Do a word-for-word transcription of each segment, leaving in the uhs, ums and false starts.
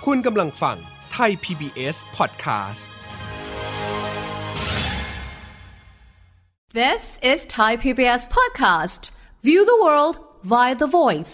คุณกำลังฟังไทย พี บี เอส Podcast This is Thai พี บี เอส Podcast. View the world via the voice.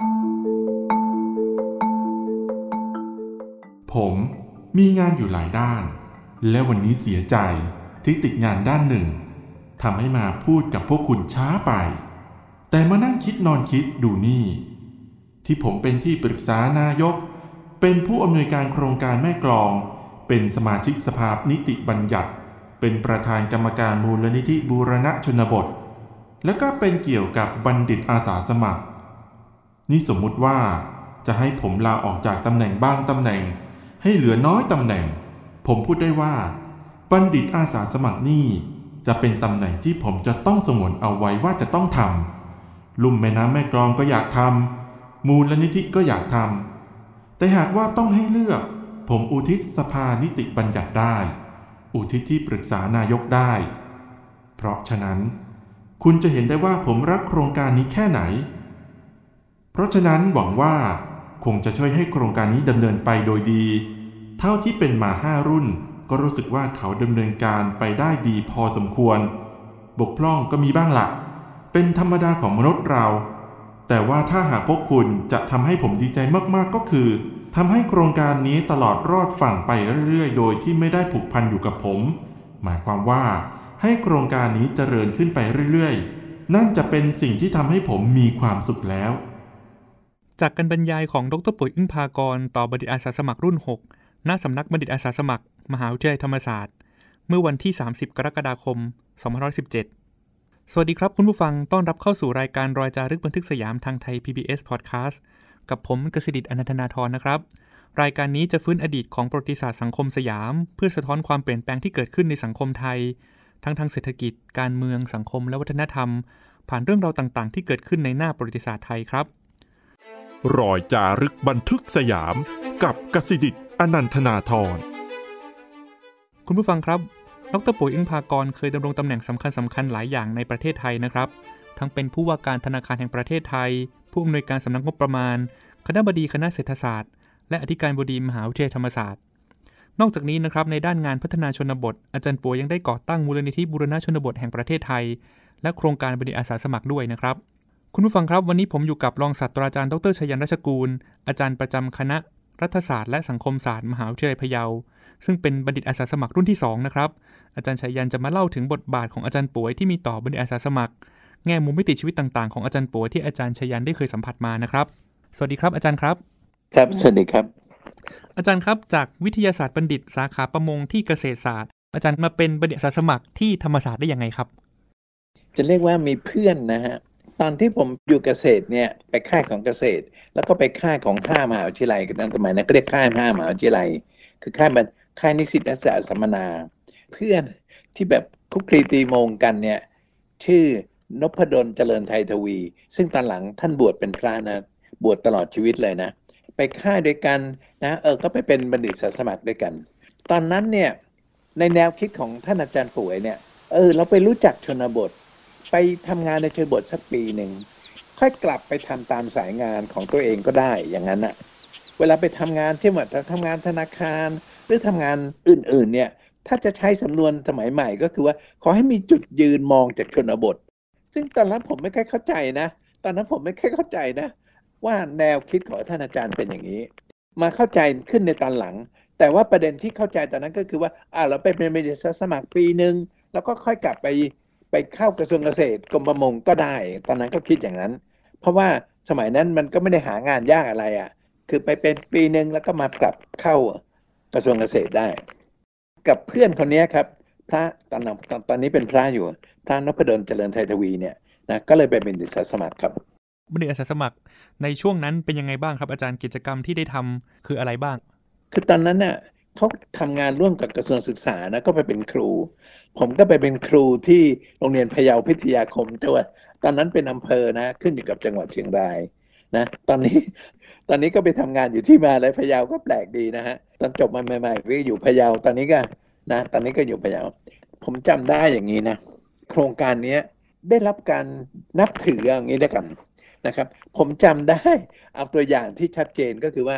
ผมมีงานอยู่หลายด้านและวันนี้เสียใจที่ติดงานด้านหนึ่งทำให้มาพูดกับพวกคุณช้าไปแต่มานั่งคิดนอนคิดดูนี่ที่ผมเป็นที่ปรึกษานายกเป็นผู้อำนวยการโครงการแม่กลองเป็นสมาชิกสภานิติบัญญัติเป็นประธานกรรมการมูลนิธิบูรณชนบทแล้วก็เป็นเกี่ยวกับบัณฑิตอาสาสมัครนี่สมมุติว่าจะให้ผมลาออกจากตำแหน่งบ้างตำแหน่งให้เหลือน้อยตำแหน่งผมพูดได้ว่าบัณฑิตอาสาสมัครนี่จะเป็นตำแหน่งที่ผมจะต้องสงวนเอาไว้ว่าจะต้องทำลุ่มแม่น้ำแม่กลองก็อยากทำมูลนิธิก็อยากทำแต่หากว่าต้องให้เลือกผมอุทิศสภานิติบัญญัติได้อุทิศที่ปรึกษานายกได้เพราะฉะนั้นคุณจะเห็นได้ว่าผมรักโครงการนี้แค่ไหนเพราะฉะนั้นหวังว่าคงจะช่วยให้โครงการนี้ดำเนินไปโดยดีเท่าที่เป็นมาห้ารุ่นก็รู้สึกว่าเขาดำเนินการไปได้ดีพอสมควรบกพร่องก็มีบ้างละเป็นธรรมดาของมนุษย์เราแต่ว่าถ้าหากพวกคุณจะทำให้ผมดีใจมากๆก็คือทำให้โครงการนี้ตลอดรอดฝั่งไปเรื่อยๆโดยที่ไม่ได้ผูกพันอยู่กับผมหมายความว่าให้โครงการนี้เจริญขึ้นไปเรื่อยๆนั่นจะเป็นสิ่งที่ทำให้ผมมีความสุขแล้วจากการบรรยายของดร.ปุ๋ยอึ้งภากรต่อบัณฑิตอาสาสมัครรุ่นหกณสำนักบัณฑิตอาสาสมัครมหาวิทยาลัยธรรมศาสตร์เมื่อวันที่สามสิบกรกฎาคมสองพันห้าร้อยสิบเจ็ดสวัสดีครับคุณผู้ฟังต้อนรับเข้าสู่รายการรอยจารึกบันทึกสยามทางไทย พี บี เอส Podcast กับผมกฤษดิษฐ์อนันทนาธรนะครับรายการนี้จะฟื้นอดีตของประวัติศาสตร์สังคมสยามเพื่อสะท้อนความเปลี่ยนแปลงที่เกิดขึ้นในสังคมไทยทั้งทางเศรษฐกิจการเมืองสังคมและวัฒนธรรมผ่านเรื่องราวต่างๆที่เกิดขึ้นในหน้าประวัติศาสตร์ไทยครับรอยจารึกบันทึกสยามกับกฤษดิษฐ์อนันทนาธรคุณผู้ฟังครับดร.ปุ๋ยอึ้งภากรเคยดำรงตำแหน่งสำคัญสำคัญหลายอย่างในประเทศไทยนะครับทั้งเป็นผู้ว่าการธนาคารแห่งประเทศไทยผู้อำนวยการสำนักงบประมาณคณบดีคณะเศรษฐศาสตร์และอธิการบดีมหาวิทยาลัยธรรมศาสตร์นอกจากนี้นะครับในด้านงานพัฒนาชนบทอาจารย์ป๋วยยังได้ก่อตั้งมูลนิธิบูรณชนบทแห่งประเทศไทยและโครงการบัณฑิตอาสาสมัครด้วยนะครับคุณผู้ฟังครับวันนี้ผมอยู่กับรองศาสตราจารย์ดร.ชยันต์รัชกูลอาจารย์ประจำคณะรัฐศาสตร์และสังคมศาสตร์มหาวิทยาลัยพะเยาซึ่งเป็นบัณฑิตอาสาสมัครรุ่นที่สองนะครับอาจารย์ชยันต์จะมาเล่าถึงบทบาทของอาจารย์ป๋วยที่มีต่อบัณฑิตอาสาสมัครแง่มุมมิติชีวิตต่างๆของอาจารย์ป๋วยที่อาจารย์ชยันต์ได้เคยสัมผัสมานะครับสวัสดีครับอาจารย์ครับครับสวัสดีครับอาจารย์ครับจากวิทยาศาสตร์บัณฑิตสาขาประมงที่เกษตรศาสตร์อาจารย์มาเป็นบัณฑิตอาสาสมัครที่ธรรมศาสตร์ได้ยังไงครับจะเรียกว่ามีเพื่อนนะฮะตอนที่ผมอยู่เกษตรเนี่ยไปค่ายของเกษตรแล้วก็ไปค่ายของห้ามหาวิทยาลัยกันนั้นสมัยนั้นก็เรียกค่ายห้ามหาวิทยาลัยคือค่ายมันค่ายนิสิตนักศึกษาสัมมนาเพื่อนที่แบบคุกคลีตีโมงกันเนี่ยชื่อนพดลเจริญไทยทวีซึ่งตอนหลังท่านบวชเป็นพระนะบวชตลอดชีวิตเลยนะไปค่ายด้วยกันนะเออก็ไปเป็นบัณฑิตอาสาสมัครด้วยกันตอนนั้นเนี่ยในแนวคิดของท่านอาจารย์ป๋วยเนี่ยเออเราไปรู้จักชนบทไปทำงานในชนบทสักปีหนึ่งค่อยกลับไปทำตามสายงานของตัวเองก็ได้อย่างนั้นนะเวลาไปทำงานที่เหมือนทำงานธนาคารหรือทำงานอื่นๆเนี่ยถ้าจะใช้สำนวนสมัยใหม่ก็คือว่าขอให้มีจุดยืนมองจากชนบทซึ่งตอนนั้นผมไม่ค่อยเข้าใจนะตอนนั้นผมไม่ค่อยเข้าใจนะว่าแนวคิดของท่านอาจารย์เป็นอย่างนี้มาเข้าใจขึ้นในตอนหลังแต่ว่าประเด็นที่เข้าใจตอนนั้นก็คือว่าอ่าเราไปเป็นบัณฑิตอาสาสมัครปีนึงแล้วก็ค่อยกลับไปไปเข้ากระทรวงเกษตรกรมประมงก็ได้ตอนนั้นก็คิดอย่างนั้นเพราะว่าสมัยนั้นมันก็ไม่ได้หางานยากอะไรอ่ะคือไปเป็นปีนึงแล้วก็มากลับเข้ากระทรวงเกษตรได้กับเพื่อนคนนี้ครับพระตอนนั้นตอนนี้เป็นพระอยู่พระนพดลเจริญไทยทวีเนี่ยนะก็เลยไปเป็นบัณฑิตอาสาสมัครครับบัณฑิตอาสาสมัครในช่วงนั้นเป็นยังไงบ้างครับอาจารย์กิจกรรมที่ได้ทำคืออะไรบ้างคือตอนนั้นน่ะเขาทำงานร่วมกับกระทรวงศึกษานะก็ไปเป็นครูผมก็ไปเป็นครูที่โรงเรียนพะเยาพิทยาคมจังหวัดตอนนั้นเป็นอำเภอนะขึ้นอยู่กับจังหวัดเชียงรายนะตอนนี้ตอนนี้ก็ไปทำงานอยู่ที่มหาวิทยาลัยพะเยาก็แปลกดีนะฮะตอนจบมาใหม่ๆก็อยู่พะเยาตอนนี้ก็นะตอนนี้ก็อยู่พะเยาผมจำได้อย่างนี้นะโครงการนี้ได้รับการนับถืออย่างนี้ด้วยกันนะครับผมจำได้เอาตัวอย่างที่ชัดเจนก็คือว่า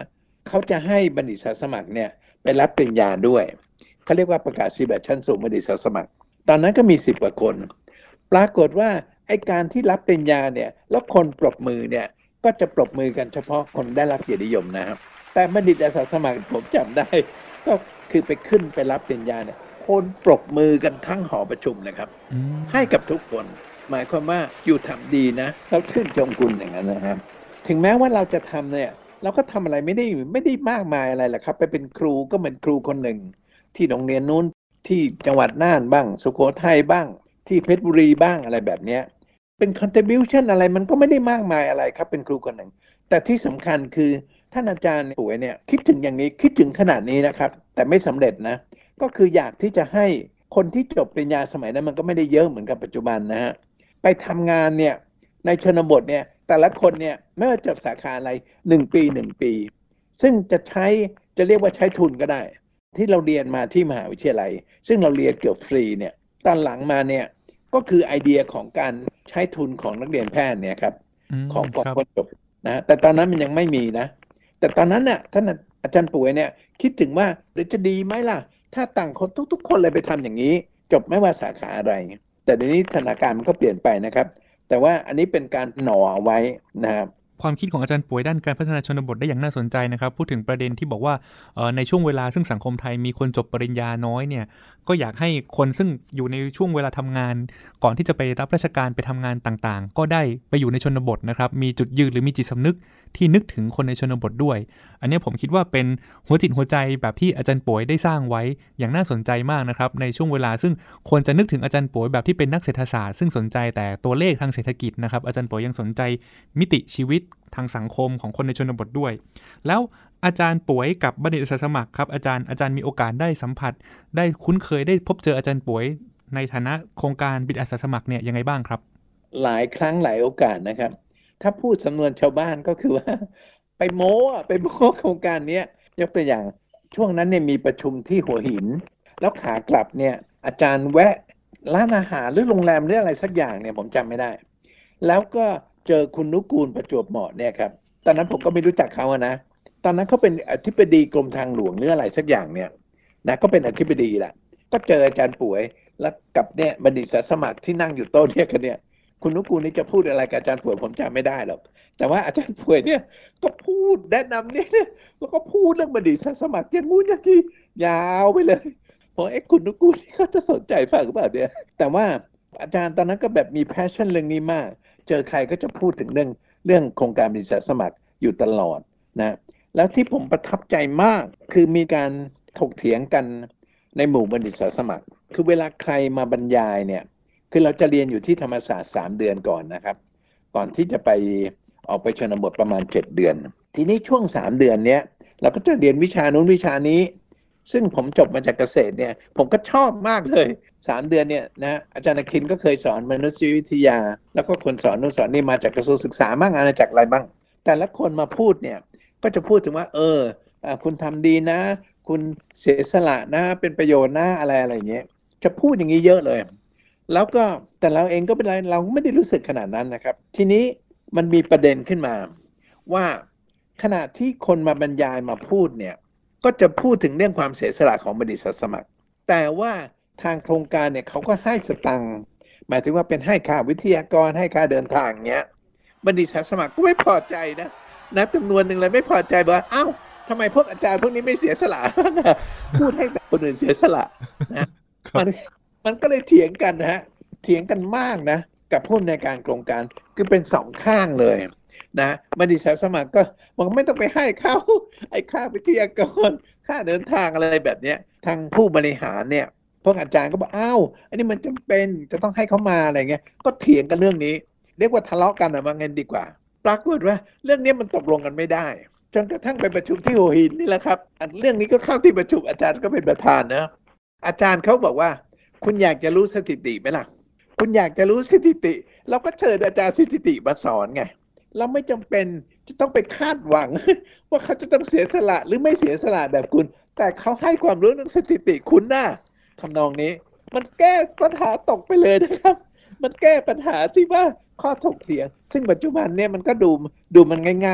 เขาจะให้บัณฑิตสมัครเนี่ยไปรับปริญญาด้วยเขาเรียกว่าประกาศนียบัตรชั้นสูงบัณฑิตสมัครตอนนั้นก็มีสิบกว่าคนปรากฏว่าไอ้การที่รับปริญญาเนี่ยแล้วคนปรบมือเนี่ยก็จะปรบมือกันเฉพาะคนได้รับเกียรตินิยมนะครับแต่บัณฑิตอาสาสมัครผมจำได้ก็คือไปขึ้นไปรับปริญญาเนี่ยคนปรบมือกันทั้งหอประชุมนะครับให้กับทุกคนหมายความว่าอยู่ทำดีนะเราชื่นชมคุณอย่างนั้นนะครับถึงแม้ว่าเราจะทำเนี่ยเราก็ทำอะไรไม่ได้ไม่ได้มากมายอะไรหรอกครับไปเป็นครูก็เหมือนครูคนหนึ่งที่โรงเรียนนู้นที่จังหวัดน่านบ้างสุโขทัยบ้างที่เพชรบุรีบ้างอะไรแบบนี้เป็น contribution อะไรมันก็ไม่ได้มากมายอะไรครับเป็นครูคนหนึ่งแต่ที่สำคัญคือท่านอาจารย์ป่วยเนี่ยคิดถึงอย่างนี้คิดถึงขนาดนี้นะครับแต่ไม่สำเร็จนะก็คืออยากที่จะให้คนที่จบปริญญาสมัยนั้นมันก็ไม่ได้เยอะเหมือนกับปัจจุบันนะฮะไปทำงานเนี่ยในชนบทเนี่ยแต่ละคนเนี่ยไม่ว่าจบสาขาอะไรหนึ่งปีหนึ่งปีซึ่งจะใช้จะเรียกว่าใช้ทุนก็ได้ที่เราเรียนมาที่มหาวิทยาลัยซึ่งเราเรียนเกือบฟรีเนี่ยตอนหลังมาเนี่ยก็คือไอเดียของการใช้ทุนของนักเรียนแพทย์เนี่ยครับของกองคนจบนะแต่ตอนนั้นมันยังไม่มีนะแต่ตอนนั้นน่ะท่านอาจารย์ป่วยเนี่ยคิดถึงว่าจะดีไหมล่ะถ้าต่างคนทุกๆคนเลยไปทำอย่างนี้จบไม่ว่าสาขาอะไรแต่เดี๋ยวนี้สถานการณ์มันก็เปลี่ยนไปนะครับแต่ว่าอันนี้เป็นการหน่อไว้นะครับความคิดของอาจารย์ป่วยด้านการพัฒนาชนบทได้อย่างน่าสนใจนะครับพูดถึงประเด็นที่บอกว่าในช่วงเวลาซึ่งสังคมไทยมีคนจบปริญญาน้อยเนี่ยก็อยากให้คนซึ่งอยู่ในช่วงเวลาทำงานก่อนที่จะไปรับราชการไปทำงานต่างๆก็ได้ไปอยู่ในชนบทนะครับมีจุดยืนหรือมีจิตสำนึกที่นึกถึงคนในชนบทด้วยอันนี้ผมคิดว่าเป็นหัวจิตหัวใจแบบที่อาจารย์ป่วยได้สร้างไว้อย่างน่าสนใจมากนะครับในช่วงเวลาซึ่งควรจะนึกถึงอาจารย์ป่วยแบบที่เป็นนักเศรษฐศาสตร์ซึ่งสนใจแต่ตัวเลขทางเศรษฐกิจนะครับอาจารย์ป่วยยังสนใจมิติชีวิตทางสังคมของคนในชนบทด้วยแล้วอาจารย์ป่วยกับบัณฑิตอาสาสมัครครับอาจารย์อาจารย์มีโอกาสได้สัมผัสได้คุ้นเคยได้พบเจออาจารย์ป่วยในฐานะโครงการบัณฑิตอาสาสมัครเนี่ยยังไงบ้างครับหลายครั้งหลายโอกาสนะครับถ้าพูดสำนวนชาวบ้านก็คือว่าไปโม้ไปโม้โครงการนี้ยกตัวอย่างช่วงนั้นเนี่ยมีประชุมที่หัวหินแล้วขากลับเนี่ยอาจารย์แวะร้านอาหารหรือโรงแรมหรืออะไรสักอย่างเนี่ยผมจำไม่ได้แล้วก็เจอคุณนุกูลประจวบเหมาะเนี่ยครับตอนนั้นผมก็ไม่รู้จักเขาอะนะตอนนั้นเขาเป็นอธิบดีกรมทางหลวงหรืออะไรสักอย่างเนี่ยนะก็เป็นอธิบดีแหละก็เจออาจารย์ป่วยแล้วกับเนี่ยบัณฑิตสมัครที่นั่งอยู่โต๊ะเนี่ยกันเนี่ยคุณนุกูลนี่จะพูดอะไรกับอาจารย์ป่วยผมจำไม่ได้หรอกแต่ว่าอาจารย์ป่วยเนี่ยก็พูดแนะนำเนี่ยแล้วก็พูดเรื่องบัณฑิตสมัครอย่างงู้นอย่างนี้ยาวไปเลยพอไอ้คุณนุกูลนี่เขาจะสนใจฟังหรือเปล่าเนี่ยแต่ว่าอาจารย์ตอนนั้นก็แบบมี passion เรื่องนี้มากเจอใครก็จะพูดถึงเรื่องเรื่องโครงการบัณฑิตสมัครอยู่ตลอดนะแล้วที่ผมประทับใจมากคือมีการถกเถียงกันในหมู่บัณฑิตสมัครคือเวลาใครมาบรรยายเนี่ยคือเราจะเรียนอยู่ที่ธรรมศาสตร์สามเดือนก่อนนะครับก่อนที่จะไปออกไปชนบทประมาณเจ็ดเดือนทีนี้ช่วงสามเดือนเนี้ยเราก็จะเรียนวิชานู้นวิชานี้ซึ่งผมจบมาจากเกษตรเนี่ยผมก็ชอบมากเลยสามเดือนเนี่ยนะอาจารย์อคินก็เคยสอนมนุษยวิทยาแล้วก็คนสอนนู้นสอนนี่มาจากกระทรวงศึกษาบ้างอาณาจักรอะไรบ้างแต่ละคนมาพูดเนี่ยก็จะพูดถึงว่าเออคุณทำดีนะคุณเสียสละนะเป็นประโยชน์นะอะไรอะไรเงี้ยจะพูดอย่างนี้เยอะเลยแล้วก็แต่เราเองก็เป็นไรเราไม่ได้รู้สึกขนาดนั้นนะครับทีนี้มันมีประเด็นขึ้นมาว่าขณะที่คนมาบรรยายมาพูดเนี่ยก็จะพูดถึงเรื่องความเสียสละของบัณฑิตสมัครแต่ว่าทางโครงการเนี่ยเขาก็ให้สตังค์หมายถึงว่าเป็นให้ค่าวิทยากรให้ค่าเดินทางเงี้ยบัณฑิตสมัครก็ไม่พอใจนะนะจำนวนหนึ่งเลยไม่พอใจบอกว่าเอ้าทำไมพวกอาจารย์พวกนี้ไม่เสียสละพูดให้แต่คนอื่นเสียสละนะมันมันก็เลยเถียงกันนะฮะเถียงกันมากนะกับผู้ในการโครงการคือเป็นสองข้างเลยนะบัณฑิตสมัครก็มันไม่ต้องไปให้เขาไอ้ค่าวิทยากรค่าเดินทางอะไรแบบเนี้ยทางผู้บริหารเนี่ยพวกอาจารย์ก็บอกอ้าวอันนี้มันจำเป็นจะต้องให้เขามาอะไรเงี้ยก็เถียงกันเรื่องนี้เรียกว่าทะเลาะกันอะว่างั้นดีกว่าปรากฏว่าเรื่องนี้มันตกลงกันไม่ได้จนกระทั่งไปประชุมที่หัวหินนี่แหละครับเรื่องนี้ก็เข้าที่ประชุมอาจารย์ก็เป็นประธานนะอาจารย์เขาบอกว่าคุณอยากจะรู้สถิติไหมล่ะคุณอยากจะรู้สถิติเราก็เชิญอาจารย์สถิติมาสอนไงเราไม่จำเป็นจะต้องไปคาดหวังว่าเขาจะต้องเสียสละหรือไม่เสียสละแบบคุณแต่เขาให้ความรู้เรื่องสถิติคุณน่ะทำนองนี้มันแก้ปัญหาตกไปเลยนะครับมันแก้ปัญหาที่ว่าข้อถกเถียงซึ่งปัจจุบันเนี่ยมันก็ดูดูมันง่ายๆ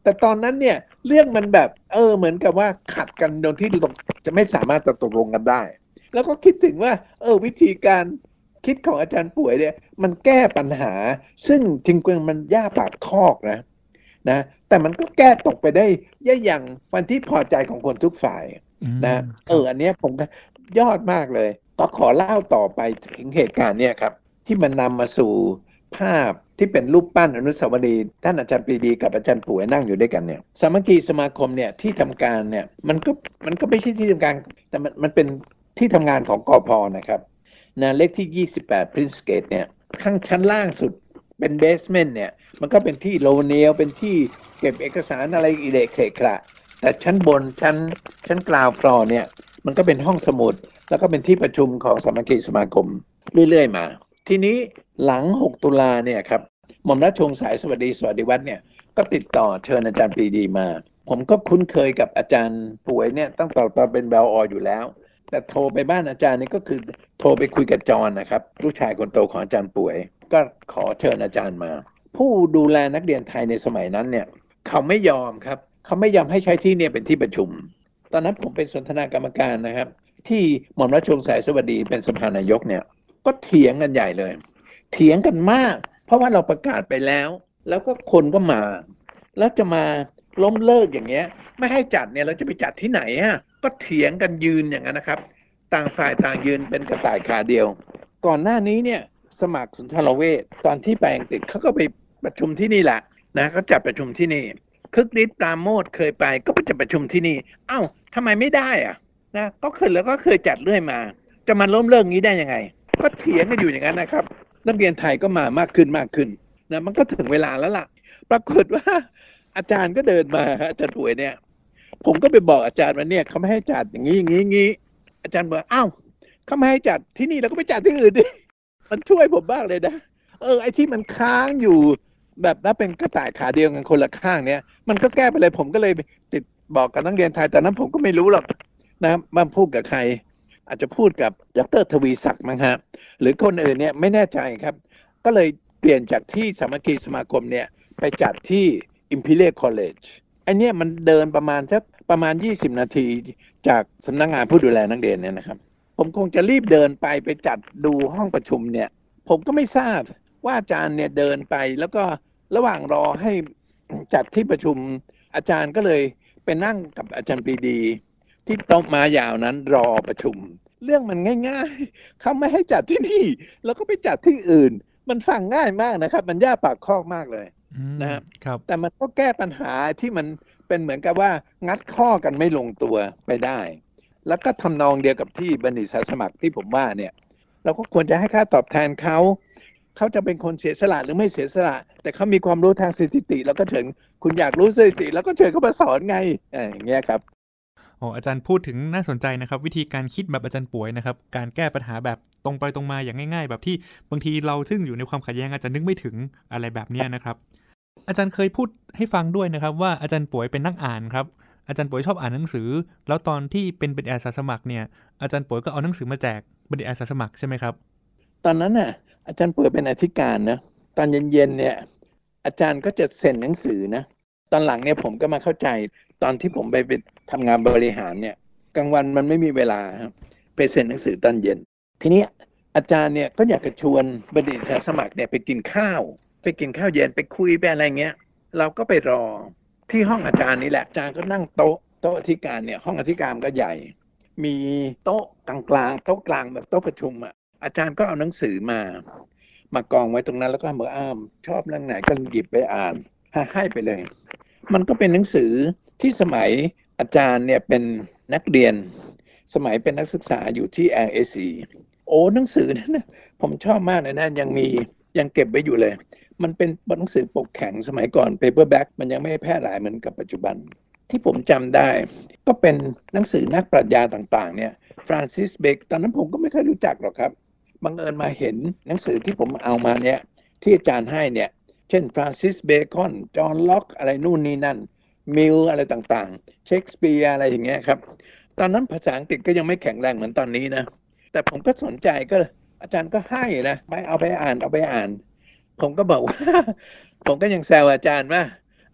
แต่ตอนนั้นเนี่ยเรื่องมันแบบเออเหมือนกับว่าขัดกันโดยที่จะไม่สามารถจะตกลงกันได้แล้วก็คิดถึงว่าเออวิธีการคิดของอาจารย์ป่วยเนี่ยมันแก้ปัญหาซึ่งจริงๆมันยากปากคอกนะนะแต่มันก็แก้ตกไปได้ย่าอย่างวันที่พอใจของคนทุกฝ่ายนะเอออันเนี้ยผมก็ยอดมากเลยก็ขอเล่าต่อไปถึงเหตุการณ์เนี่ยครับที่มันนำมาสู่ภาพที่เป็นรูปปั้นอนุสาวรีย์ท่านอาจารย์ปรีดีกับอาจารย์ป่วยนั่งอยู่ด้วยกันเนี่ยสามัคคีสมาคมเนี่ยที่ทำการเนี่ยมันก็มันก็ไม่ใช่ที่ทำการแต่มันมันเป็นที่ทำงานของกพ.นะครับนะเลขที่ยี่สิบแปด Prince Gate เนี่ยข้างชั้นล่างสุดเป็นเบสเมนต์เนี่ยมันก็เป็นที่โลเนียลเป็นที่เก็บเอกสารอะไรอิเล็กเคระแต่ชั้นบนชั้นชั้นกราวฟลอร์เนี่ยมันก็เป็นห้องสมุดแล้วก็เป็นที่ประชุมของสามัคคีสมาคมเรื่อยๆมาทีนี้หลังหกตุลาเนี่ยครับหม่อมราชวงศ์สายสวัสดีสวัสดิวัฒน์เนี่ยก็ติดต่อเชิญอาจารย์ปรีดีมาผมก็คุ้นเคยกับอาจารย์ป่วยเนี่ยตั้งแต่ตอนเป็นแบลออยู่แล้วแต่โทรไปบ้านอาจารย์นี่ก็คือโทรไปคุยกับจอนนะครับลูกชายคนโตของอาจารย์ป่วยก็ขอเชิญอาจารย์มาผู้ดูแลนักเรียนไทยในสมัยนั้นเนี่ยเขาไม่ยอมครับเขาไม่ยอมให้ใช้ที่เนี่ยเป็นที่ประชุมตอนนั้นผมเป็นสนทนากรรมการนะครับที่หม่อมราชวงศ์สายสวัสดีเป็นสภานายกเนี่ยก็เถียงกันใหญ่เลยเถียงกันมากเพราะว่าเราประกาศไปแล้วแล้วก็คนก็มาแล้วจะมาล้มเลิกอย่างเงี้ยไม่ให้จัดเนี่ยเราจะไปจัดที่ไหนฮะก็เถียงกันยืนอย่างนั้นนะครับต่างฝ่ายต่างยืนเป็นกระต่ายขาเดียวก่อนหน้านี้เนี่ยสมัครสุนทรเวชตอนที่ไปอังกฤษเขาก็ไปประชุมที่นี่แหละนะเขาจัดประชุมที่นี่คึกฤทธิ์ปราโมทย์เคยไปก็ไปจัดประชุมที่นี่เอ้าทำไมไม่ได้อะนะก็เคยแล้วก็เคยจัดเรื่อยมาจะมาล้มเลิกงี้ได้ยังไงก็เถียงกันอยู่อย่างนั้นนะครับนักเรียนไทยก็มามากขึ้นมากขึ้นนะมันก็ถึงเวลาแล้วล่ะปรากฏว่าอาจารย์ก็เดินมาอาจารย์ป่วยเนี่ยผมก็ไปบอกอาจารย์ว่าเนี่ยเขาไม่ให้จัดอย่างนี้อย่างนี้อย่างนี้อาจารย์บอกอ้าวเขาไม่ให้จัดที่นี่แล้วก็ไปจัดที่อื่นดิมันช่วยผมบ้างเลยนะเออไอ้ที่มันค้างอยู่แบบนั้นเป็นกระต่ายขาเดียวกันคนละข้างเนี่ยมันก็แก้ไปเลยผมก็เลยติดบอกกับนักเรียนไทยแต่นั้นผมก็ไม่รู้หรอกนะมาพูดกับใครอาจจะพูดกับดร.ทวีศักดิ์มั้งครับหรือคนอื่นเนี่ยไม่แน่ใจครับก็เลยเปลี่ยนจากที่สามัคคีสมาคมเนี่ยไปจัดที่ Imperial College ไอ้เนี่ยมันเดินประมาณสักประมาณยี่สิบนาทีจากสำนักงานผู้ดูแลนักเรียนเนี่ยนะครับผมคงจะรีบเดินไปไปจัดดูห้องประชุมเนี่ยผมก็ไม่ทราบว่าอาจารย์เนี่ยเดินไปแล้วก็ระหว่างรอให้จัดที่ประชุมอาจารย์ก็เลยไปนั่งกับอาจารย์ปรีดีที่โต๊ะม้ายาวนั้นรอประชุมเรื่องมันง่ายๆเขาไม่ให้จัดที่นี่แล้วก็ไปจัดที่อื่นมันฟังง่ายมากนะครับมันยากปากคอกมากเลยนะครับแต่มันก็แก้ปัญหาที่มันเป็นเหมือนกับว่างัดข้อกันไม่ลงตัวไปได้แล้วก็ทำนองเดียวกับที่บัณฑิตสมัครที่ผมว่าเนี่ยเราก็ควรจะให้ค่าตอบแทนเขาเขาจะเป็นคนเสียสละหรือไม่เสียสละแต่เขามีความรู้ทางสถิติแล้วก็เชิญคุณอยากรู้สถิติแล้วก็เชิญเขามาสอนไงอย่างเงี้ยครับอ๋ออาจารย์พูดถึงน่าสนใจนะครับวิธีการคิดแบบอาจารย์ป่วยนะครับการแก้ปัญหาแบบตรงไปตรงมาอย่างง่ายๆแบบที่บางทีเราซึ่งอยู่ในความขัดแย้งอาจจะนึกไม่ถึงอะไรแบบนี้นะครับอาจารย์เคยพูดให้ฟังด้วยนะครับว่าอาจารย์ป่วยเป็นนักอ่านครับอาจารย์ป่วยชอบอ่านหนังสือแล้วตอนที่เป็นบัณฑิตอาสาสมัครเนี่ยอาจารย์ป่วยก็เอาหนังสือมาแจกบัณฑิตอาสาสมัครใช่ไหมครับตอนนั้นน่ะอาจารย์ป่วยเป็นอธิการนะตอนเย็นๆเนี่ยอาจารย์ก็จะเซ็นหนังสือนะตอนหลังเนี่ยผมก็มาเข้าใจตอนที่ผมไปไปทำงานบริหารเนี่ยกลางวันมันไม่มีเวลาครับไปเซ็นหนังสือตอนเย็นทีนี้อาจารย์เนี่ยก็อยากจะชวนบัณฑิตอาสาสมัครเนี่ยไปกินข้าวไปกินข้าวเย็นไปคุยไปอะไรเงี้ยเราก็ไปรอที่ห้องอาจารย์นี่แหละอาจารย์ก็นั่งโต๊ะโต๊ะอธิการเนี่ยห้องอธิการก็ใหญ่มีโต๊ะกลางๆโต๊ะกลางแบบโต๊ะประชุมอ่ะอาจารย์ก็เอาหนังสือมามากองไว้ตรงนั้นแล้วก็บอกอ้าวชอบเรื่องไหนก็หยิบไปอ่านให้ไปเลยมันก็เป็นหนังสือที่สมัยอาจารย์เนี่ยเป็นนักเรียนสมัยเป็นนักศึกษาอยู่ที่ แอล เอ ซี โอ้หนังสือนั้นนะผมชอบมากเลยนะยังมียังเก็บไว้อยู่เลยมันเป็นหนังสือปกแข็งสมัยก่อนเปเปอร์แบ็กมันยังไม่แพร่หลายเหมือนกับปัจจุบันที่ผมจำได้ก็เป็นหนังสือนักปรัชญาต่างๆเนี่ยฟรานซิสเบคตอนนั้นผมก็ไม่เคยรู้จักหรอกครับบังเอิญมาเห็นหนังสือที่ผมเอามาเนี่ยที่อาจารย์ให้เนี่ยเช่นฟรานซิสเบคอนจอห์นล็อกอะไรนู่นนี่นั่นมิลอะไรต่างๆเชคสเปียร์อะไรอย่างเงี้ยครับตอนนั้นภาษาอังกฤษก็ยังไม่แข็งแรงเหมือนตอนนี้นะแต่ผมก็สนใจก็อาจารย์ก็ให้นะไปเอาไปอ่านเอาไปอ่านผมก็บอกว่าผมก็ยังแซวอาจารย์ว่า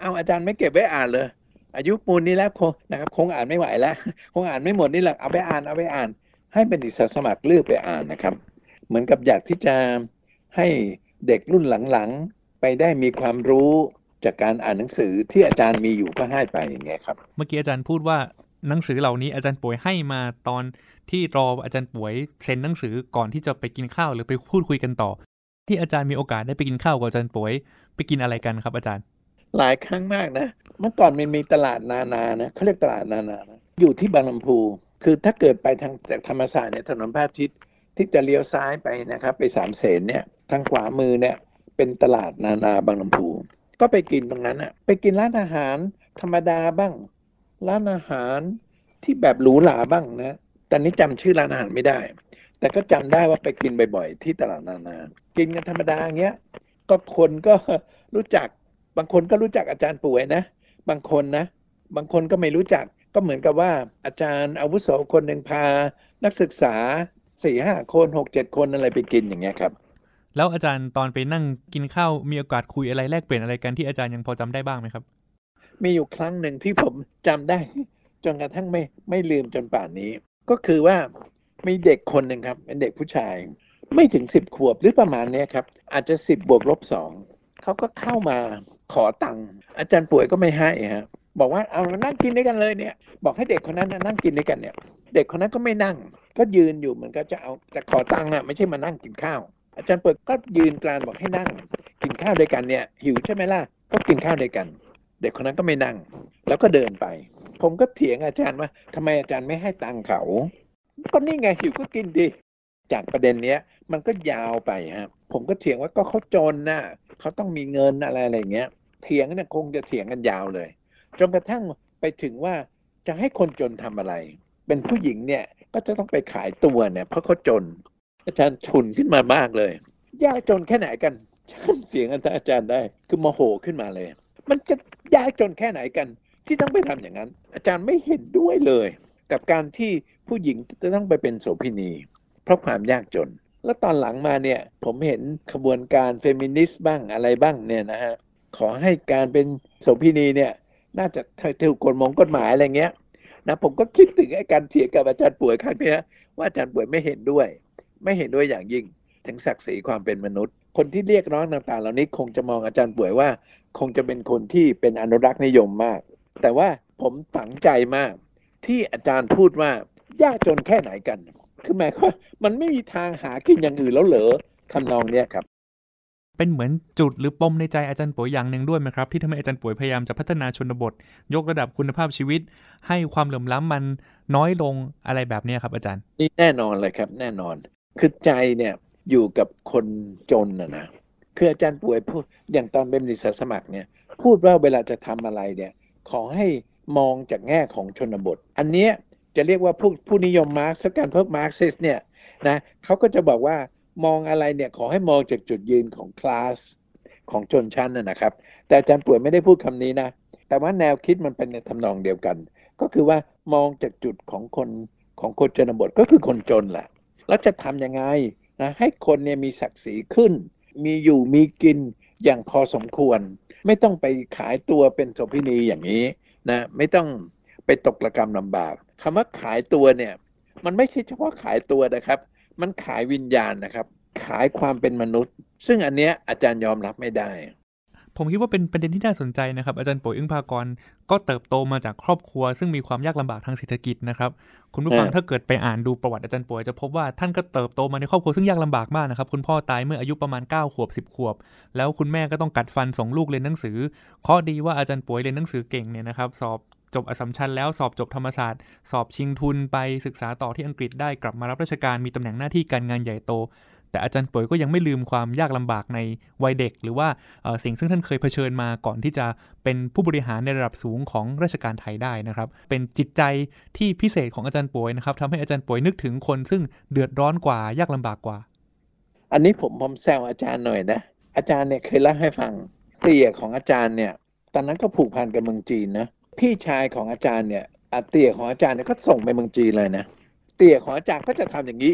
เอาอาจารย์ไม่เก็บไว้อ่านเลยอายุปูนนี้แล้วคงนะครับคงอ่านไม่ไหวแล้วคงอ่านไม่หมดนี่แหละเอาไปอ่านเอาไปอ่านให้เป็นอิสระสมัครเลือกไปอ่านนะครับเหมือนกับอยากที่จะให้เด็กรุ่นหลังๆไปได้มีความรู้จากการอ่านหนังสือที่อาจารย์มีอยู่ก็ให้ไปอย่างเงี้ยครับเมื่อกี้อาจารย์พูดว่าหนังสือเหล่านี้อาจารย์ป่วยให้มาตอนที่รออาจารย์ป่วยเซ็นหนังสือก่อนที่จะไปกินข้าวหรือไปพูดคุยกันต่อที่อาจารย์มีโอกาสได้ไปกินข้าวกับอาจารย์ป่วยไปกินอะไรกันครับอาจารย์หลายครั้งมากนะเมื่อก่อนมันมีตลาดนานานะเขาเรียกตลาดนานานะอยู่ที่บางลำพูคือถ้าเกิดไปทางจากธรรมศาสตร์เนี่ยถนนพระอาทิตย์ที่จะเลี้ยวซ้ายไปนะครับไปสามเสนเนี่ยทางขวามือเนี่ยเป็นตลาดนานาบางลำพูก็ไปกินตรงนั้นอ่ะไปกินร้านอาหารธรรมดาบ้างร้านอาหารที่แบบหรูหราบ้างนะแต่นี้จำชื่อร้านอาหารไม่ได้แต่ก็จำได้ว่าไปกินบ่อยๆที่ตลาดนานากินกันธรรมดาอย่างเงี้ยก็คนก็รู้จักบางคนก็รู้จักอาจารย์ป่วยนะบางคนนะบางคนก็ไม่รู้จักก็เหมือนกับว่าอาจารย์อาวุโสคนหนึ่งพานักศึกษา สี่ห้า คน หกเจ็ด คนอะไรไปกินอย่างเงี้ยครับแล้วอาจารย์ตอนไปนั่งกินข้าวมีโอกาสคุยอะไรแลกเปลี่ยนอะไรกันที่อาจารย์ยังพอจำได้บ้างไหมครับมีอยู่ครั้งหนึ่งที่ผมจำได้จนกระทั่งไม่ไม่ลืมจนป่านนี้ก็คือว่ามีเด็กคนหนึ่งครับเป็นเด็กผู้ชายไม่ถึงสิบขวบหรือประมาณนี้ครับอาจจะสิบบวกลบสองเขาก็เข้ามาขอตังค์อาจารย์ป่วยก็ไม่ให้ฮะบอกว่าเอานั่งกินด้วยกันเลยเนี่ยบอกให้เด็กคนนั้นนั่งกินด้วยกันเนี่ยเด็กคนนั้นก็ไม่นั่งก็ยืนอยู่เหมือนก็จะเอาแต่ขอตังค์อ่ะไม่ใช่มานั่งกินข้าวอาจารย์ป่วยก็ยืนกรานบอกให้นั่งกินข้าวด้วยกันเนี่ยหิวใช่ไหมล่ะก็กินข้าวด้วยกันเด็กคนนั้นก็ไม่นั่งแล้วก็เดินไปผมก็เถียงอาจารย์ว่าทำไมอาจารย์ไม่ให้ตังค์เขาก็นี่ไงหิวก็กินดิจากประเด็นเนี้ยมันก็ยาวไปฮะผมก็เถียงว่าก็เขาจนน่ะเขาต้องมีเงินอะไรอะไรเงี้ยเถียงเนี่ยคงจะเถียงกันยาวเลยจนกระทั่งไปถึงว่าจะให้คนจนทำอะไรเป็นผู้หญิงเนี่ยก็จะต้องไปขายตัวเนี่ยเพราะเขาจนอาจารย์ฉุนขึ้นมามากเลยยากจนแค่ไหนกันจำเสียงอาจารย์ได้คือโมโหขึ้นมาเลยมันจะยากจนแค่ไหนกันที่ต้องไปทำอย่างนั้นอาจารย์ไม่เห็นด้วยเลยกับการที่ผู้หญิงจะต้องไปเป็นโสเภณีเพราะความยากจนแล้วตอนหลังมาเนี่ยผมเห็นขบวนการเฟมินิสต์บ้างอะไรบ้างเนี่ยนะฮะขอให้การเป็นโสเภณีเนี่ยน่าจะถูกกฎหมายกฎหมายอะไรเงี้ยนะผมก็คิดถึงไอ้การเถียงกับอาจารย์ป่วยครั้งนี้ว่าอาจารย์ป่วยไม่เห็นด้วยไม่เห็นด้วยอย่างยิ่งถึงศักดิ์ศรีความเป็นมนุษย์คนที่เรียกร้องต่างๆเหล่านี้คงจะมองอาจารย์ป่วยว่าคงจะเป็นคนที่เป็นอนุรักษ์นิยมมากแต่ว่าผมฝังใจมากที่อาจารย์พูดว่ายากจนแค่ไหนกันคือหมายความมันไม่มีทางหากินอย่างอื่นแล้วเหรอทำนองเนี้ยครับเป็นเหมือนจุดหรือปมในใจอาจารย์ป่วยอย่างหนึ่งด้วยไหมครับที่ทำให้อาจารย์ป่วยพยายามจะพัฒนาชนบทยกระดับคุณภาพชีวิตให้ความเหลื่อมล้ำมันน้อยลงอะไรแบบนี้ครับอาจารย์นี่แน่นอนเลยครับแน่นอนคือใจเนี่ยอยู่กับคนจนนะนะคืออาจารย์ป่วยพูดอย่างตอนเป็นนิสิตสมัครเนี่ยพูดว่าเวลาจะทำอะไรเนี่ยขอให้มองจากแง่ของชนบทอันเนี้ยจะเรียกว่าผู้ผู้นิยมมาร์กซ์การพวกมาร์กซิสเนี่ยนะเขาก็จะบอกว่ามองอะไรเนี่ยขอให้มองจากจุดยืนของคลาสของชนชั้นน่ะนะครับแต่อาจารย์ป่วยไม่ได้พูดคำนี้นะแต่ว่าแนวคิดมันเป็นในทำนองเดียวกันก็คือว่ามองจากจุดของคนของคนชนบทก็คือคนจนแหละแล้วจะทำยังไงนะให้คนเนี่ยมีศักดิ์ศรีขึ้นมีอยู่มีกินอย่างพอสมควรไม่ต้องไปขายตัวเป็นโสเภณีอย่างนี้นะไม่ต้องไปตกระกำลำบากคำว่าขายตัวเนี่ยมันไม่ใช่เฉพาะขายตัวนะครับมันขายวิญญาณนะครับขายความเป็นมนุษย์ซึ่งอันเนี้ยอาจารย์ยอมรับไม่ได้ผมคิดว่าเป็นประเด็นที่น่าสนใจนะครับอาจารย์ป่วยอึ้งภากรก็เติบโตมาจากครอบครัวซึ่งมีความยากลำบากทางเศรษฐกิจนะครับคุณผู้ฟังถ้าเกิดไปอ่านดูประวัติอาจารย์ป่วยจะพบว่าท่านก็เติบโตมาในครอบครัวซึ่งยากลำบากมากนะครับคุณพ่อตายเมื่ออายุประมาณเก้าขวบสิบขวบแล้วคุณแม่ก็ต้องกัดฟันส่งลูกเรียนหนังสือเคราะห์ดีว่าอาจารย์ป่วยเรียนหนังสือเก่งเนี่ยนะครับสอบจบอัสสัมชัญแล้วสอบจบธรรมศาสตร์สอบชิงทุนไปศึกษาต่อที่อังกฤษได้กลับมารับราชการมีตำแหน่งหน้าที่การงานใหญ่โตแต่อาจารย์ป่วยก็ยังไม่ลืมความยากลำบากในวัยเด็กหรือว่าสิ่งซึ่งท่านเคยเผชิญมาก่อนที่จะเป็นผู้บริหารในระดับสูงของราชการไทยได้นะครับเป็นจิตใจที่พิเศษของอาจารย์ป่วยนะครับทำให้อาจารย์ป่วยนึกถึงคนซึ่งเดือดร้อนกว่ายากลำบากกว่าอันนี้ผมผมแซวอาจารย์หน่อยนะอาจารย์เนี่ยเคยเล่าให้ฟังเตี่ยของอาจารย์เนี่ยตอนนั้นก็ผูกพันกับเมืองจีนนะพี่ชายของอาจารย์เนี่ยเตี่ยของอาจารย์เนี่ยก็ส่งไปเมืองจีนเลยนะเตี่ยของอาจารย์ก็จะทำอย่างนี้อีก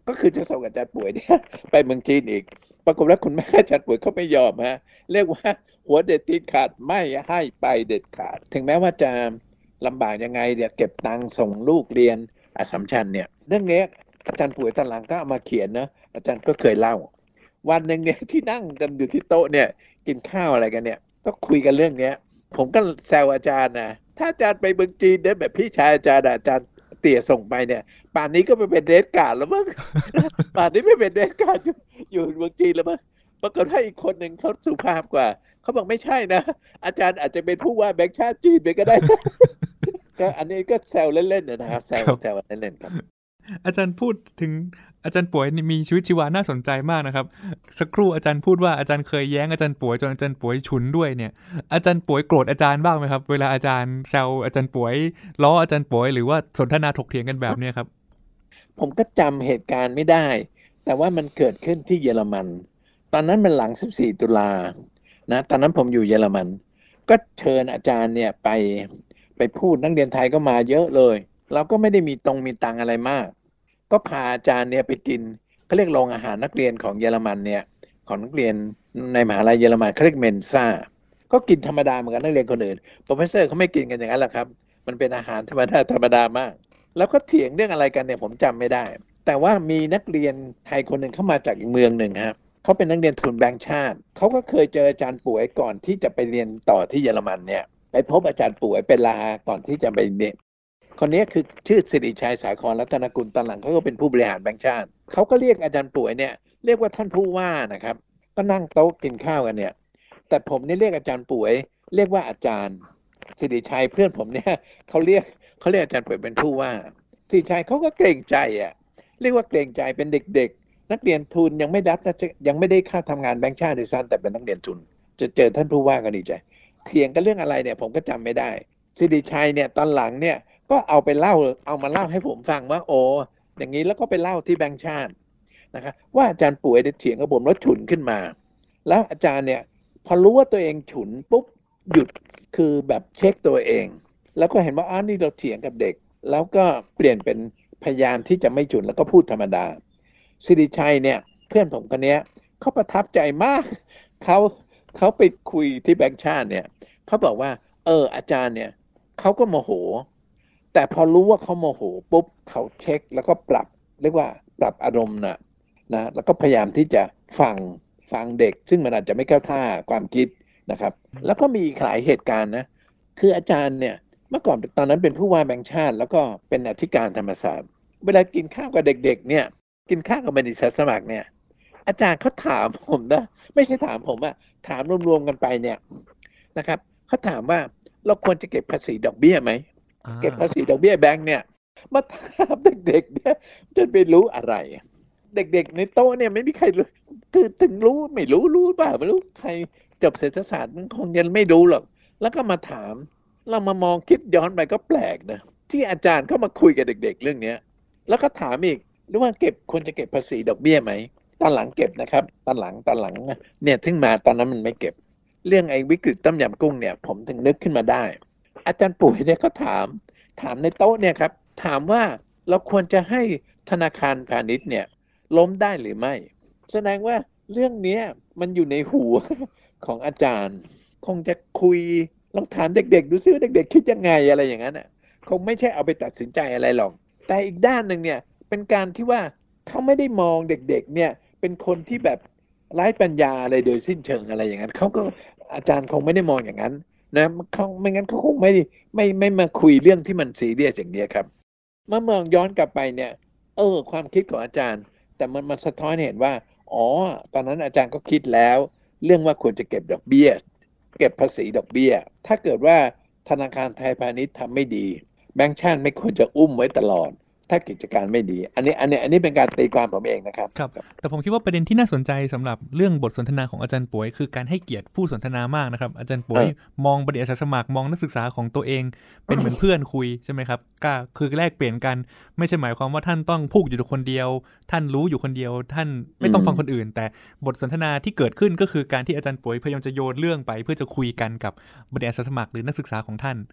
ก็คือจะส่งอาจารย์ป่วยเนี่ยไปเมืองจีนอีกปรากฏว่าคุณแม่อาจารย์ป่วยเขาไม่ยอมฮะเรียกว่าหัวเด็ดตีนขาดไม่ให้ไปเด็ดขาดถึงแม้ว่าจะลำบากยังไงเนี่ยเก็บตังค์ส่งลูกเรียนอัสสัมชัญเนี่ยเรื่องนี้อาจารย์ป่วยตอนหลังก็เอามาเขียนนะอาจารย์ก็เคยเล่าวันหนึ่งเนี่ยที่นั่งกันอยู่ที่โต๊ะเนี่ยกินข้าวอะไรกันเนี่ยก็คุยกันเรื่องเนี้ยผมก็แซวอาจารย์นะถ้าอาจารย์ไปเมืองจีนเนี่ยแบบพี่ชายอาจารย์อาจารย์เตี่ยส่งไปเนี่ยป่านนี้ก็ไปเป็นเดสการ์ดแล้วมั้ง ป่านนี้ไม่เป็นเดสการ์ดอยู่อยู่เมืองจีนแล้วมั้งปรากฏว่าอีกคนหนึ่งเขาสุภาพกว่าเขาบอกไม่ใช่นะอาจารย์อาจจะเป็นผู้ว่าแบงค์ชาติจีนไปก็ได้ ก็อันนี้ก็แซวเล่นๆนะครับแซวแซวเล่นๆครับอาจารย์พูดถึงอาจารย์ป่วยมีชีวิตชีวาน่าสนใจมากนะครับสักครู่อาจารย์พูดว่าอาจารย์เคยแย้งอาจารย์ป่วยจนอาจารย์ป่วยฉุนด้วยเนี่ยอาจารย์ป่วยโกรธอาจารย์บ้างไหมครับเวลาอาจารย์แซวอาจารย์ป่วยล้ออาจารย์ป่วยหรือว่าสนทนาถกเถียงกันแบบนี้ครับผมก็จำเหตุการณ์ไม่ได้แต่ว่ามันเกิดขึ้นที่เยอรมันตอนนั้นมันหลังสิบสี่ตุลานะตอนนั้นผมอยู่เยอรมันก็เชิญอาจารย์เนี่ยไปไปพูดนักเรียนไทยก็มาเยอะเลยเราก็ไม่ได้มีตรงมีตังอะไรมากก็พาอาจารย์เนี่ยไปกินเขาเรียกโรงอาหารนักเรียนของเยอรมันเนี่ยของนักเรียนในมหาลัยเยอรมันเขาเรียกเมนซ่าก็กินธรรมดาเหมือนกันนักเรียนคนอื่นโปรเฟสเซอร์เขาไม่กินกันอย่างนั้นแหละครับมันเป็นอาหารธรรมดาธรรมดามากแล้วก็เถียงเรื่องอะไรกันเนี่ยผมจำไม่ได้แต่ว่ามีนักเรียนไทยคนหนึ่งเข้ามาจากอีกเมืองหนึ่งครับเขาเป็นนักเรียนทุนแบงก์ชาติเขาก็เคยเจออาจารย์ป่วยก่อนที่จะไปเรียนต่อที่เยอรมันเนี่ยไปพบอาจารย์ป่วยเป็นลาก่อนที่จะไปเรียนคนนี้คือชื่อสิริชัยสาครรัตนกุลตอนหลังเขาก็เป็นผู้บริหารแบงก์ชาติเขาก็เรียกอาจารย์ป่วยเนี่ยเรียกว่าท่านผู้ว่านะครับก็นั่งโต๊ะกินข้าวกันเนี่ยแต่ผมนี่เรียกอาจารย์ป่วยเรียกว่าอาจารย์สิริชัยเพื่อนผมเนี่ยเขาเรียกเขาเรียกอาจารย์ป่วยเป็นผู้ว่าสิริชัยเขาก็เกรงใจอ่ะเรียกว่าเกรงใจเป็นเด็กๆนักเรียนทุนยังไม่รับยังไม่ได้ค่าทำงานแบงก์ชาติด้วยซ้ำแต่เป็นนักเรียนทุนจะเจอท่านผู้ว่าก็ดีใจเถียงกันเรื่องอะไรเนี่ยผมก็จำไม่ได้สิริชัยเนี่ยตอนหลังเนี่ยก็เอาไปเล่าเอามาเล่าให้ผมฟังว่าโอ้อย่างนี้แล้วก็ไปเล่าที่แบงก์ชาตินะครับว่าอาจารย์ป่วยได้เถียงกับผมแล้วฉุนขึ้นมาแล้วอาจารย์เนี่ยพอรู้ว่าตัวเองฉุนปุ๊บหยุดคือแบบเช็คตัวเองแล้วก็เห็นว่าอ้าวนี่เราเถียงกับเด็กแล้วก็เปลี่ยนเป็นพยายามที่จะไม่ฉุนแล้วก็พูดธรรมดาสิริชัยเนี่ยเพื่อนผมคนนี้เขาประทับใจมากเขาเขาไปคุยที่แบงก์ชาติเนี่ยเขาบอกว่าเอออาจารย์เนี่ยเขาก็โมโหแต่พอรู้ว่าเขาโมโหปุ๊บเขาเช็คแล้วก็ปรับเรียกว่าปรับอารมณ์นะนะแล้วก็พยายามที่จะฟังฟังเด็กซึ่งมันอาจจะไม่เข้าท่าความคิดนะครับแล้วก็มีหลายเหตุการณ์นะคืออาจารย์เนี่ยเมื่อก่อนตอนนั้นเป็นผู้ว่าแบงก์ชาติแล้วก็เป็นอธิการธรรมศาสตร์เวลากินข้าวกับเด็กๆเนี่ยกินข้าวกับบัณฑิตสมัครเนี่ยอาจารย์เขาถามผมนะไม่ใช่ถามผมอะถามรวมๆกันไปเนี่ยนะครับเขาถามว่าเราควรจะเก็บภาษีดอกเบี้ยไหมเก็บภาษีดอกเบี้ยแบงก์เนี่ยมาถามเด็กๆเนี่ยจะไปรู้อะไรเด็กๆในโต๊ะเนี่ยไม่มีใครรู้คือถึงรู้ไม่รู้รู้เปล่าไม่รู้ใครจบเศรษฐศาสตร์มันคงยังไม่รู้หรอกแล้วก็มาถามเรามามองคิดย้อนไปก็แปลกนะที่อาจารย์เข้ามาคุยกับเด็กๆเรื่องนี้แล้วก็ถามอีกหรือว่าเก็บควรจะเก็บภาษีดอกเบี้ยไหมตอนหลังเก็บนะครับตอนหลังตอนหลังเนี่ยถึงมาตอนนั้นมันไม่เก็บเรื่องไอ้วิกฤตต้มยำกุ้งเนี่ยผมถึงนึกขึ้นมาได้อาจารย์ป่วยเนี่ยเขาถามถามในโต๊ะเนี่ยครับถามว่าเราควรจะให้ธนาคารพาณิชย์เนี่ยล้มได้หรือไม่แสดงว่าเรื่องนี้มันอยู่ในหัวของอาจารย์คงจะคุยลองถามเด็กๆดูซิว่าเด็กๆคิดยังไงอะไรอย่างนั้นน่ะคงไม่ใช่เอาไปตัดสินใจอะไรหรอกแต่อีกด้านหนึ่งเนี่ยเป็นการที่ว่าเขาไม่ได้มองเด็กๆเนี่ยเป็นคนที่แบบไร้ปัญญาอะไรโดยสิ้นเชิงอะไรอย่างนั้นเขาก็อาจารย์คงไม่ได้มองอย่างนั้นนะเขาไม่งั้นเขาคงไม่ไม่ไม่มาคุยเรื่องที่มันซีเรียสอย่างนี้ครับเมื่อมองย้อนกลับไปเนี่ยเออความคิดของอาจารย์แต่มันมาสะท้อนเห็นว่าอ๋อตอนนั้นอาจารย์ก็คิดแล้วเรื่องว่าควรจะเก็บดอกเบี้ยเก็บภาษีดอกเบี้ยถ้าเกิดว่าธนาคารไทยพาณิชย์ทำไม่ดีแบงก์ชาติไม่ควรจะอุ้มไว้ตลอดถ้ากิจการไม่ดีอันนี้อันนี้อันนี้เป็นการตีความผมเองนะครับครับแต่ผมคิดว่าประเด็นที่น่าสนใจสำหรับเรื่องบทสนทนาของอาจารย์ป่วยคือการให้เกียรติผู้สนทนามากนะครับอาจารย์ป่วยมองบัณฑิตอาสาสมัครมองนักศึกษาของตัวเองเป็นเหมือนเพื่อนคุยใช่ไหมครับก็คือแลกเปลี่ยนกันไม่ใช่หมายความว่าท่านต้องพูดอยู่คนเดียวท่านรู้อยู่คนเดียวท่านไม่ต้องฟังคนอื่นแต่บทสนทนาที่เกิดขึ้นก็คือการที่อาจารย์ป่วยพยายามจะโยนเรื่องไปเพื่อจะคุยกันกับบัณฑิตอาสาสมัครหรือนักศึกษาของท่าน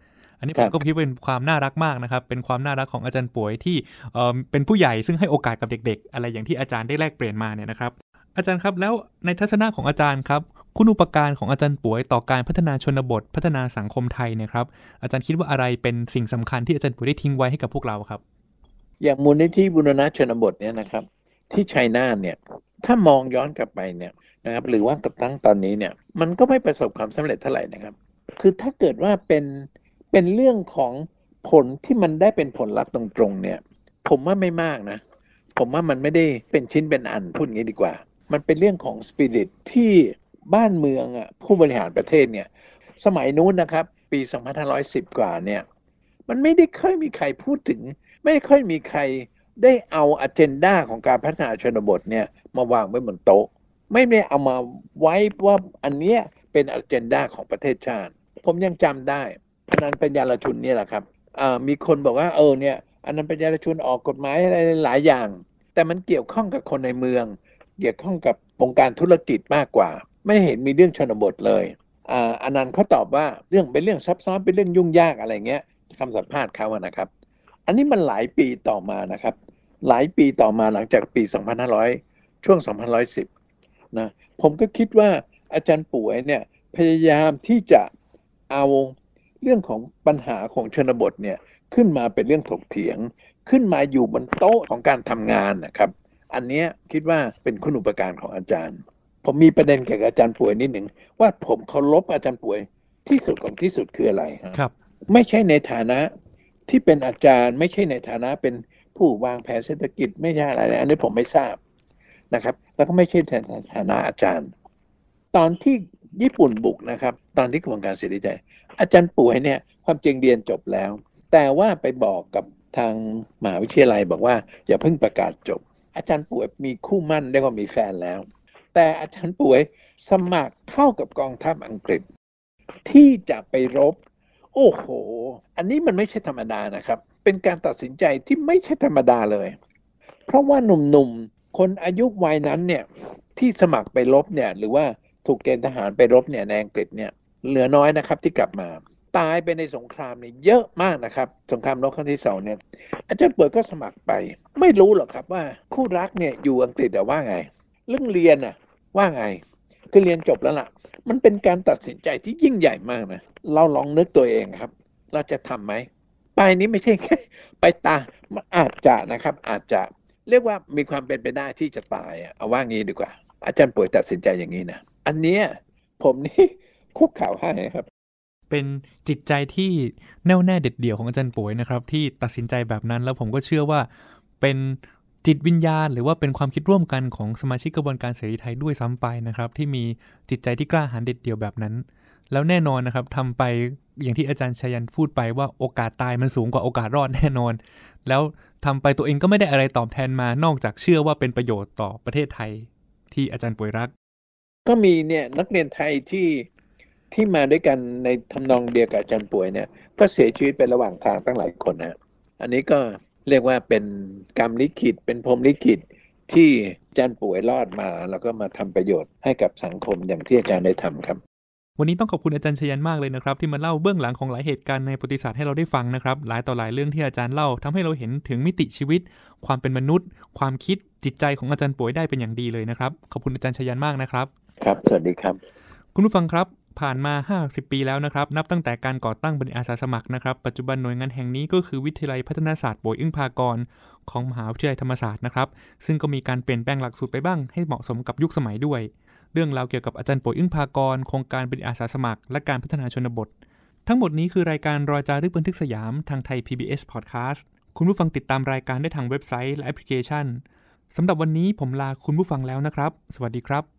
อันนี้ผมก็คิดเป็นความน่ารักมากนะครับเป็นความน่ารักของอาจารย์ป่วยที่เอ่อเป็นผู้ใหญ่ซึ่งให้โอกาสกับเด็กๆอะไรอย่างที่อาจารย์ได้แลกเปลี่ยนมาเนี่ยนะครับอาจารย์ครับแล้วในทัศนะของอาจารย์ครับคุณูปการของอาจารย์ป่วยต่อการพัฒนาชนบทพัฒนาสังคมไทยเนี่ยครับอาจารย์คิดว่าอะไรเป็นสิ่งสำคัญที่อาจารย์ป่วยได้ทิ้งไว้ให้กับพวกเราครับอย่างมูลนิธิบูรณะชนบทเนี่ยนะครับที่ชัยนาทเนี่ยถ้ามองย้อนกลับไปเนี่ยนะครับหรือว่าตั้งตอนนี้เนี่ยมันก็ไม่ประสบความสำเร็จเท่าไหร่นะครับคือถ้าเกิดว่าเป็นเป็นเรื่องของผลที่มันได้เป็นผลลัพธ์ตรงๆเนี่ยผมว่าไม่มากนะผมว่ามันไม่ได้เป็นชิ้นเป็นอันพูดงี้ดีกว่ามันเป็นเรื่องของสปิริตที่บ้านเมืองอ่ะผู้บริหารประเทศเนี่ยสมัยนู้นนะครับปีสองพันห้าร้อยสิบกว่าเนี่ยมันไม่ได้ค่อยมีใครพูดถึงไม่ได้ค่อยมีใครได้เอาอเจนดาของการพัฒนาชนบทเนี่ยมาวางไว้บนโต๊ะไม่ได้เอามาไว้ว่าอันเนี้ยเป็นอเจนดาของประเทศชาติผมยังจำได้อนันต์ปัญญารชุนเนี่ยแหละครับมีคนบอกว่าเออเนี่ยอนันต์ปัญญารชุนออกกฎหมายอะไรหลายอย่างแต่มันเกี่ยวข้องกับคนในเมืองเกี่ยวข้องกับวงการธุรกิจมากกว่าไม่เห็นมีเรื่องชนบทเลยอ่าอนันต์เขาตอบว่าเรื่องเป็นเรื่องซับซ้อนเป็นเรื่องยุ่งยากอะไรเงี้ยคำสัมภาษณ์เขาอะนะครับอันนี้มันหลายปีต่อมานะครับหลายปีต่อมาหลังจากปีสองพันห้าร้อยช่วงสองพันหนึ่งร้อยสิบนะผมก็คิดว่าอาจารย์ป่วยเนี่ยพยายามที่จะเอาเรื่องของปัญหาของชนบทเนี่ยขึ้นมาเป็นเรื่องถกเถียงขึ้นมาอยู่บนโต๊ะของการทำงานนะครับอันนี้คิดว่าเป็นคุณูปการของอาจารย์ผมมีประเด็นเกี่ยวกับอาจารย์ป่วยนิดหนึ่งว่าผมเคารพอาจารย์ป่วยที่สุดของที่สุดคืออะไรครับไม่ใช่ในฐานะที่เป็นอาจารย์ไม่ใช่ในฐานะเป็นผู้วางแผนเศรษฐกิจไม่ใช่อะไรอันนี้ผมไม่ทราบนะครับแล้วก็ไม่ใช่ในฐานะอาจารย์ตอนที่ญี่ปุ่นบุกนะครับตอนที่กระบวนการเสรีใจอาจารย์ป่วยเนี่ยความจริงเรียนจบแล้วแต่ว่าไปบอกกับทางมหาวิทยาลัยบอกว่าอย่าเพิ่งประกาศจบอาจารย์ป่วยมีคู่มั่นได้ว่ามีแฟนแล้วแต่อาจารย์ป่วยสมัครเข้ากับกองทัพอังกฤษที่จะไปรบโอ้โหอันนี้มันไม่ใช่ธรรมดานะครับเป็นการตัดสินใจที่ไม่ใช่ธรรมดาเลยเพราะว่าหนุ่มๆคนอายุวัยนั้นเนี่ยที่สมัครไปรบเนี่ยหรือว่าถูกเกณฑ์ทหารไปรบเนี่ยในอังกฤษเนี่ยเหลือน้อยนะครับที่กลับมาตายไปในสงครามเนี่ยเยอะมากนะครับสงครามโลกครั้งที่สองเนี่ยอาจารย์ป่วยก็สมัครไปไม่รู้หรอกครับว่าคู่รักเนี่ยอยู่อังกฤษว่าไงเรื่องเรียนน่ะว่าไงคือเรียนจบแล้วล่ะมันเป็นการตัดสินใจที่ยิ่งใหญ่มากนะเราลองนึกตัวเองครับเราจะทำไหมไปนี้ไม่ใช่แค่ไปตายมันอาจจะนะครับอาจจะเรียกว่ามีความเป็นไปได้ที่จะตายเอาว่างี้ดีกว่าอาจารย์ป่วยตัดสินใจอย่างนี้นะอันเนี้ยผมนี่คุกเข่าให้ครับเป็นจิตใจที่แน่วแน่เด็ดเดี่ยวของอาจารย์ป่วยนะครับที่ตัดสินใจแบบนั้นแล้วผมก็เชื่อว่าเป็นจิตวิญญาณหรือว่าเป็นความคิดร่วมกันของสมาชิกกระบวนการเสรีไทยด้วยซ้ำไปนะครับที่มีจิตใจที่กล้าหาญเด็ดเดี่ยวแบบนั้นแล้วแน่นอนนะครับทำไปอย่างที่อาจารย์ชยันพูดไปว่าโอกาสตายมันสูงกว่าโอกาสรอดแน่นอนแล้วทำไปตัวเองก็ไม่ได้อะไรตอบแทนมานอกจากเชื่อว่าเป็นประโยชน์ต่อประเทศไทยที่อาจารย์ป่วยรักก็มีเนี่ยนักเรียนไทยที่ที่มาด้วยกันในทำนองเดียวกับอาจารย์ป่วยเนี่ยก็เสียชีวิตไประหว่างทางตั้งหลายคนนะอันนี้ก็เรียกว่าเป็นกรรมลิขิตเป็นพรหมลิขิตที่อาจารย์ป่วยรอดมาแล้วก็มาทำประโยชน์ให้กับสังคมอย่างที่อาจารย์ได้ทำครับวันนี้ต้องขอบคุณอาจารย์ชยันมากเลยนะครับที่มาเล่าเบื้องหลังของหลายเหตุการณ์ในประวัติศาสตร์ให้เราได้ฟังนะครับหลายต่อหลายเรื่องที่อาจารย์เล่าทำให้เราเห็นถึงมิติชีวิตความเป็นมนุษย์ความคิดจิตใจของอาจารย์ป่วยได้เป็นอย่างดีเลยนะครับขอบคุณอาจารย์ชยันมากนะครับครับสวัสดีครับคุณผู้ฟังครับผ่านมาห้าสิบปีแล้วนะครับนับตั้งแต่การก่อตั้งบริษัทอาสาสมัครนะครับปัจจุบันหน่วยงานแห่งนี้ก็คือวิทยาลัยพัฒนาศาสตร์ป่วยอึ้งภากรของมหาวิทยาลัยธรรมศาสตร์นะครับซึ่งก็มีการเปลี่ยนแปลงหลักสูตรไปบ้างให้เหมาะสมกับยุคสมัยด้วยเรื่องราวเกี่ยวกับอาจารย์ป่วยอึ้งภากรโครงการบริษัทอาสาสมัครและการพัฒนาชนบททั้งหมดนี้คือรายการรอยจารึกบันทึกสยามทางไทย พี บี เอส Podcast คุณผู้ฟังติดตามรายการได้ทางเว็บไซต์และแอปพลิเคชันสำหรับวันนี้ผมลาคุณผู้ฟังแล้วนะครับสวัสดีครับ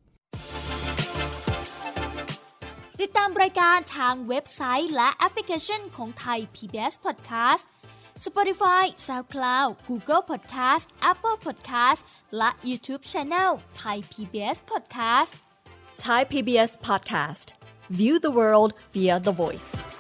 ติดตามรายการทางเว็บไซต์และแอปพลิเคชันของไทย พี บี เอส Podcast Spotify, SoundCloud, Google Podcast, Apple Podcast และ YouTube Channel Thai พี บี เอส Podcast Thai พี บี เอส Podcast View the world via the voice